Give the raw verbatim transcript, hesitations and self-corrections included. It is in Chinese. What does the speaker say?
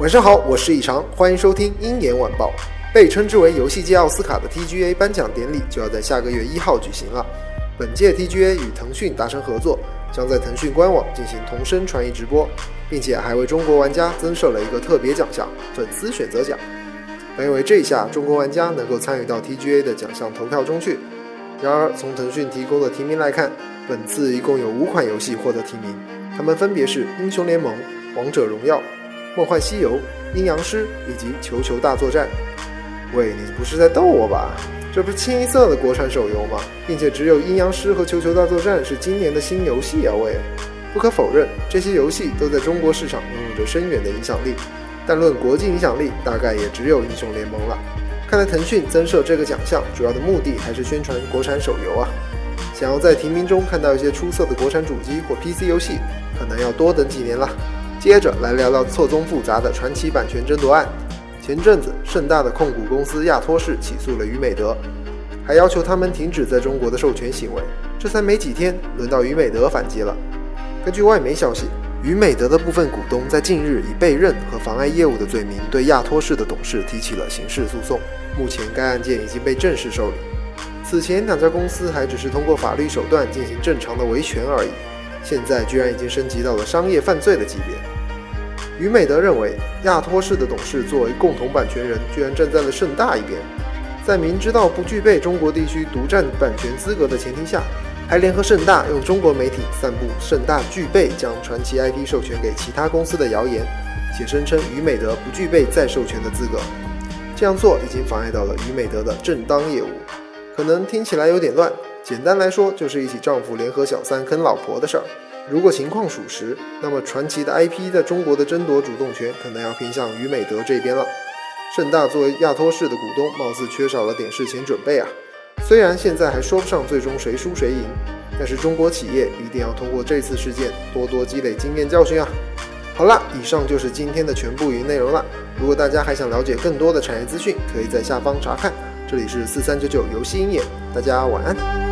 晚上好，我是以常，欢迎收听鹰眼晚报。被称之为游戏界奥斯卡的 T G A 颁奖典礼就要在下个月一号举行了。本届 T G A 与腾讯达成合作，将在腾讯官网进行同声传译直播，并且还为中国玩家增设了一个特别奖项——粉丝选择奖。本以为这下中国玩家能够参与到 T G A 的奖项投票中去，然而从腾讯提供的提名来看，本次一共有五款游戏获得提名，它们分别是英雄联盟、王者荣耀、梦幻西游、阴阳师以及球球大作战。喂，你不是在逗我吧？这不是清一色的国产手游吗？并且只有阴阳师和球球大作战是今年的新游戏啊！喂，不可否认，这些游戏都在中国市场拥有着深远的影响力，但论国际影响力，大概也只有英雄联盟了。看来腾讯增设这个奖项，主要的目的还是宣传国产手游啊。想要在提名中看到一些出色的国产主机或 P C 游戏，可能要多等几年了。接着来聊聊错综复杂的传奇版权争夺案。前阵子，盛大的控股公司亚托士起诉了于美德，还要求他们停止在中国的授权行为。这才没几天，轮到于美德反击了。根据外媒消息，于美德的部分股东在近日以被任和妨碍业务的罪名对亚托士的董事提起了刑事诉讼。目前该案件已经被正式受理。此前两家公司还只是通过法律手段进行正常的维权而已，现在居然已经升级到了商业犯罪的级别。于美德认为，亚托士的董事作为共同版权人，居然站在了盛大一边，在明知道不具备中国地区独占版权资格的前提下，还联合盛大用中国媒体散布盛大具备将传奇 I P 授权给其他公司的谣言，且声称于美德不具备再授权的资格。这样做已经妨碍到了于美德的正当业务。可能听起来有点乱，简单来说就是一起丈夫联合小三坑老婆的事儿。如果情况属实，那么传奇的 I P 在中国的争夺主动权可能要偏向于美德这边了。盛大作为亚托士的股东，貌似缺少了点事前准备啊。虽然现在还说不上最终谁输谁赢，但是中国企业一定要通过这次事件多多积累经验教训啊。好了，以上就是今天的全部语音内容了。如果大家还想了解更多的产业资讯，可以在下方查看。这里是四三九九游戏鹰眼，大家晚安。